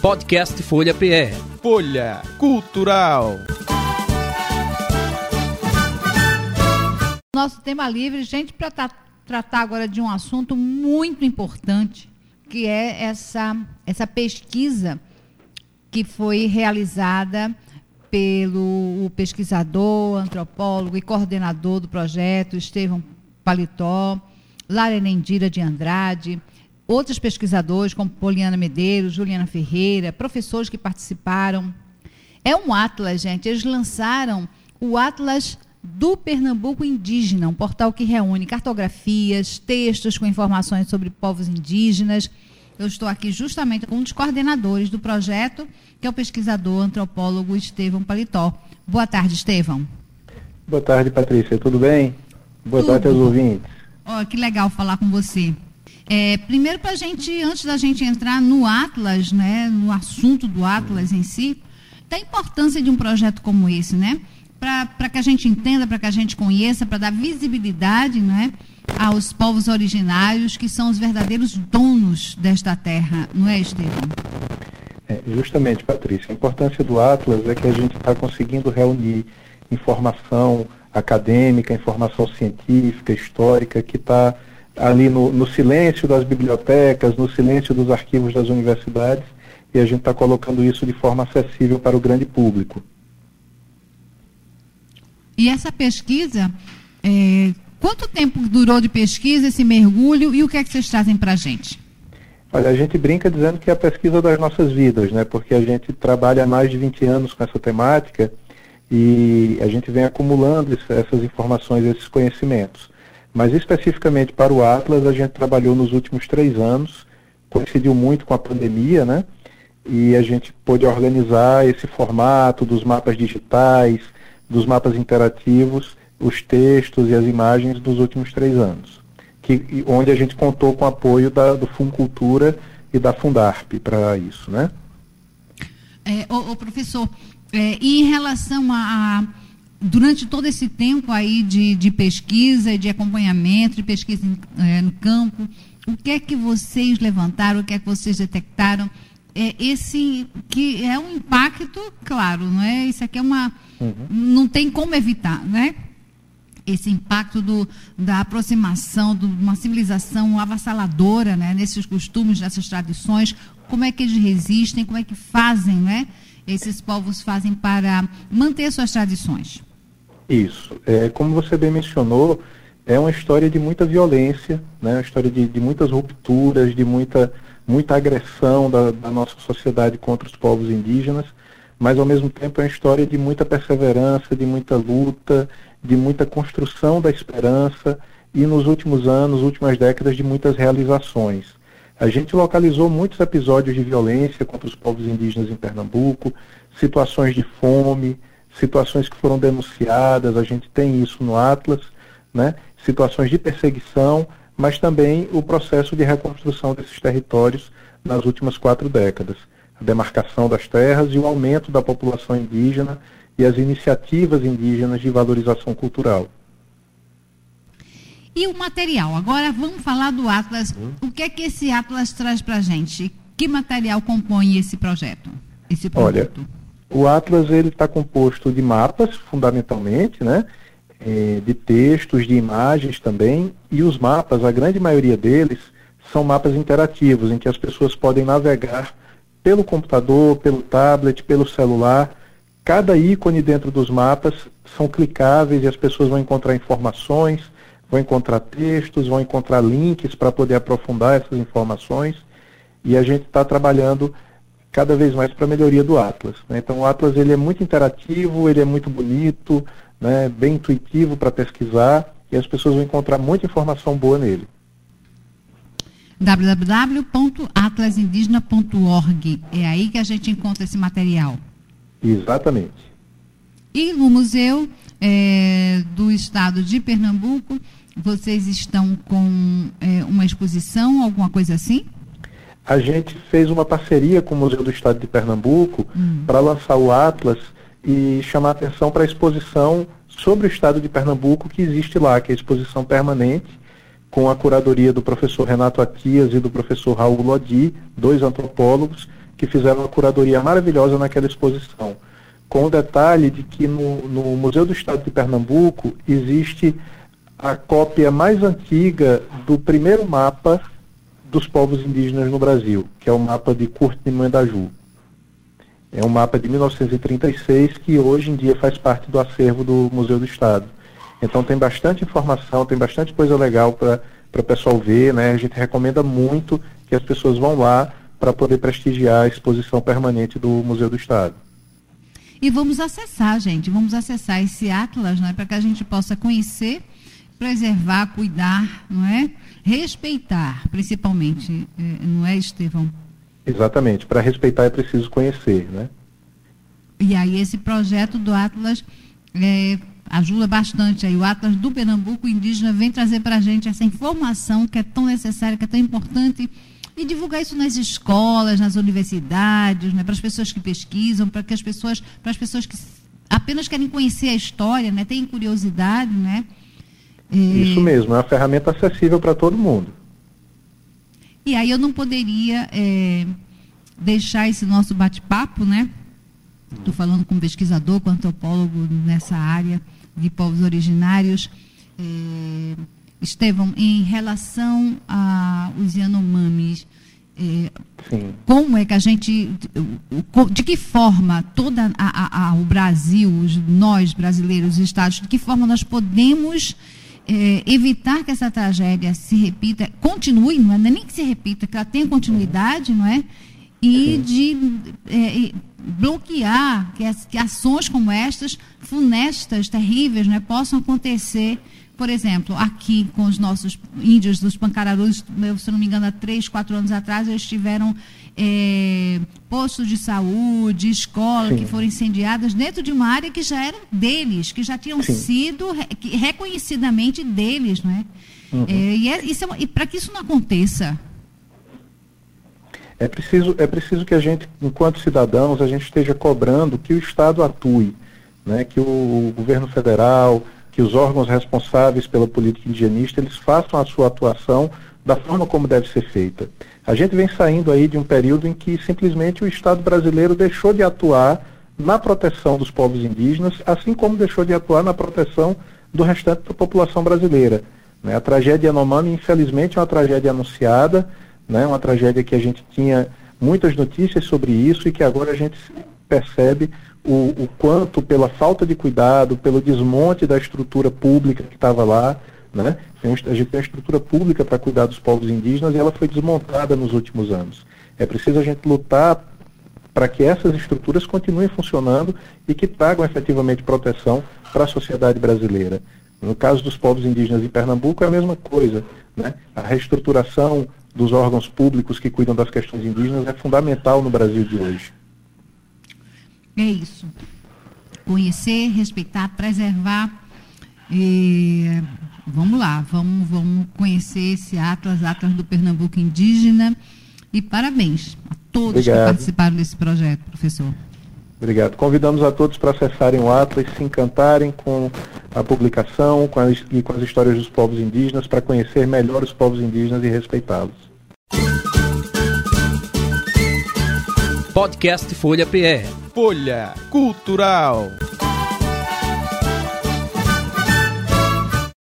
Podcast Folha PE. Folha Cultural. Nosso tema livre, gente, para tratar agora de um assunto muito importante, que é essa pesquisa que foi realizada pelo pesquisador, antropólogo e coordenador do projeto, Estevão Paletó, Lara Nendira de Andrade, outros pesquisadores como Poliana Medeiros, Juliana Ferreira, professores que participaram. É um atlas, gente. Eles lançaram o Atlas do Pernambuco Indígena, um portal que reúne cartografias, textos com informações sobre povos indígenas. Eu estou aqui justamente com um dos coordenadores do projeto, que é o pesquisador antropólogo Estevão Paletó. Boa tarde, Estevão. Boa tarde, Patrícia. Tudo bem? Boa tarde aos ouvintes. Que legal falar com você. Primeiro, antes da gente entrar no Atlas, né, no assunto do Atlas em si, da importância de um projeto como esse, né? Para que a gente entenda, para que a gente conheça, para dar visibilidade, né, aos povos originários, que são os verdadeiros donos desta terra, não é, Estevão? Justamente, Patrícia. A importância do Atlas é que a gente está conseguindo reunir informação acadêmica, informação científica, histórica, que está ali no silêncio das bibliotecas, no silêncio dos arquivos das universidades, e a gente está colocando isso de forma acessível para o grande público. E essa pesquisa, quanto tempo durou de pesquisa, esse mergulho, e o que é que vocês trazem para a gente? Olha, a gente brinca dizendo que é a pesquisa das nossas vidas, né? Porque a gente trabalha há mais de 20 anos com essa temática e a gente vem acumulando essas informações, esses conhecimentos. Mas especificamente para o Atlas, a gente trabalhou nos últimos 3 anos, coincidiu muito com a pandemia, né? E a gente pôde organizar esse formato dos mapas digitais, dos mapas interativos, os textos e as imagens dos últimos 3 anos, onde a gente contou com o apoio do Funcultura e da Fundarp para isso, né? Professor, e em relação durante todo esse tempo aí de pesquisa e de acompanhamento, de pesquisa no campo, o que é que vocês levantaram, o que é que vocês detectaram? Esse que é um impacto, claro, não é? Isso aqui é não tem como evitar, né? Esse impacto da aproximação de uma civilização avassaladora, né? Nesses costumes, nessas tradições, como é que eles resistem, como é que fazem, né? Esses povos fazem para manter suas tradições. Isso. Como você bem mencionou, é uma história de muita violência, né? Uma história de muitas rupturas, de muita agressão da nossa sociedade contra os povos indígenas, mas ao mesmo tempo é uma história de muita perseverança, de muita luta, de muita construção da esperança e nos últimos anos, últimas décadas, de muitas realizações. A gente localizou muitos episódios de violência contra os povos indígenas em Pernambuco, situações de fome, situações que foram denunciadas, a gente tem isso no Atlas, né? Situações de perseguição, mas também o processo de reconstrução desses territórios nas últimas 4 décadas. A demarcação das terras e o aumento da população indígena e as iniciativas indígenas de valorização cultural. E o material? Agora vamos falar do Atlas. O que é que esse Atlas traz para a gente? Que material compõe esse projeto, esse produto? Olha, o Atlas está composto de mapas, fundamentalmente, né? De textos, de imagens também, e os mapas, a grande maioria deles, são mapas interativos, em que as pessoas podem navegar pelo computador, pelo tablet, pelo celular. Cada ícone dentro dos mapas são clicáveis e as pessoas vão encontrar informações, vão encontrar textos, vão encontrar links para poder aprofundar essas informações, e a gente está trabalhando cada vez mais para a melhoria do Atlas, né? Então o Atlas ele é muito interativo, ele é muito bonito, né, bem intuitivo para pesquisar, e as pessoas vão encontrar muita informação boa nele. www.atlasindígena.org. É aí que a gente encontra esse material. Exatamente. E no Museu do Estado de Pernambuco, vocês estão com uma exposição, alguma coisa assim? A gente fez uma parceria com o Museu do Estado de Pernambuco para lançar o Atlas e chamar atenção para a exposição sobre o Estado de Pernambuco que existe lá, que é a exposição permanente, com a curadoria do professor Renato Atias e do professor Raul Lodi, 2 antropólogos, que fizeram uma curadoria maravilhosa naquela exposição, com o detalhe de que no Museu do Estado de Pernambuco existe a cópia mais antiga do primeiro mapa dos povos indígenas no Brasil, que é o mapa de Curti de Moendaju. É um mapa de 1936 que hoje em dia faz parte do acervo do Museu do Estado. Então tem bastante informação, tem bastante coisa legal para o pessoal ver, né? A gente recomenda muito que as pessoas vão lá para poder prestigiar a exposição permanente do Museu do Estado. E vamos acessar, gente, esse atlas, né, para que a gente possa conhecer, preservar, cuidar, não é? Respeitar, principalmente, não é, Estevão? Exatamente, para respeitar é preciso conhecer, né? E aí esse projeto do Atlas ajuda bastante aí. O Atlas do Pernambuco Indígena vem trazer para a gente essa informação que é tão necessária, que é tão importante, e divulgar isso nas escolas, nas universidades, né, para as pessoas que pesquisam, para as pessoas que apenas querem conhecer a história, né, têm curiosidade, né? Isso mesmo, é uma ferramenta acessível para todo mundo. E aí eu não poderia deixar esse nosso bate-papo, né? Estou falando com um pesquisador, com um antropólogo nessa área de povos originários. Estevão, em relação aos Yanomamis, como é que a gente, de que forma toda o Brasil, nós brasileiros, os estados, de que forma nós podemos evitar que essa tragédia se repita, continue, não é nem que se repita, que ela tenha continuidade, não é? E de bloquear que ações como estas, funestas, terríveis, né, possam acontecer. Por exemplo, aqui com os nossos índios dos Pancararus, se não me engano, há 3, 4 anos atrás, eles tiveram postos de saúde, escola, que foram incendiadas dentro de uma área que já era deles, que já tinham sido reconhecidamente deles, não é? E para que isso não aconteça? É preciso que a gente, enquanto cidadãos, a gente esteja cobrando que o Estado atue, né? Que o governo federal, que os órgãos responsáveis pela política indigenista, eles façam a sua atuação da forma como deve ser feita. A gente vem saindo aí de um período em que simplesmente o Estado brasileiro deixou de atuar na proteção dos povos indígenas, assim como deixou de atuar na proteção do restante da população brasileira, né? A tragédia Yanomami, infelizmente, é uma tragédia anunciada, né? Uma tragédia que a gente tinha muitas notícias sobre isso e que agora a gente percebe o quanto, pela falta de cuidado, pelo desmonte da estrutura pública que estava lá, né? A gente tem uma estrutura pública para cuidar dos povos indígenas e ela foi desmontada nos últimos anos. É preciso a gente lutar para que essas estruturas continuem funcionando e que tragam efetivamente proteção para a sociedade brasileira. No caso dos povos indígenas em Pernambuco é a mesma coisa, né? A reestruturação dos órgãos públicos que cuidam das questões indígenas é fundamental no Brasil de hoje. É isso. Conhecer, respeitar, preservar. E vamos lá, vamos conhecer esse Atlas do Pernambuco Indígena. E parabéns a todos que participaram desse projeto, professor. Obrigado. Convidamos a todos para acessarem o Atlas, se encantarem com a publicação e com as histórias dos povos indígenas, para conhecer melhor os povos indígenas e respeitá-los. Podcast Folha PE. Folha Cultural.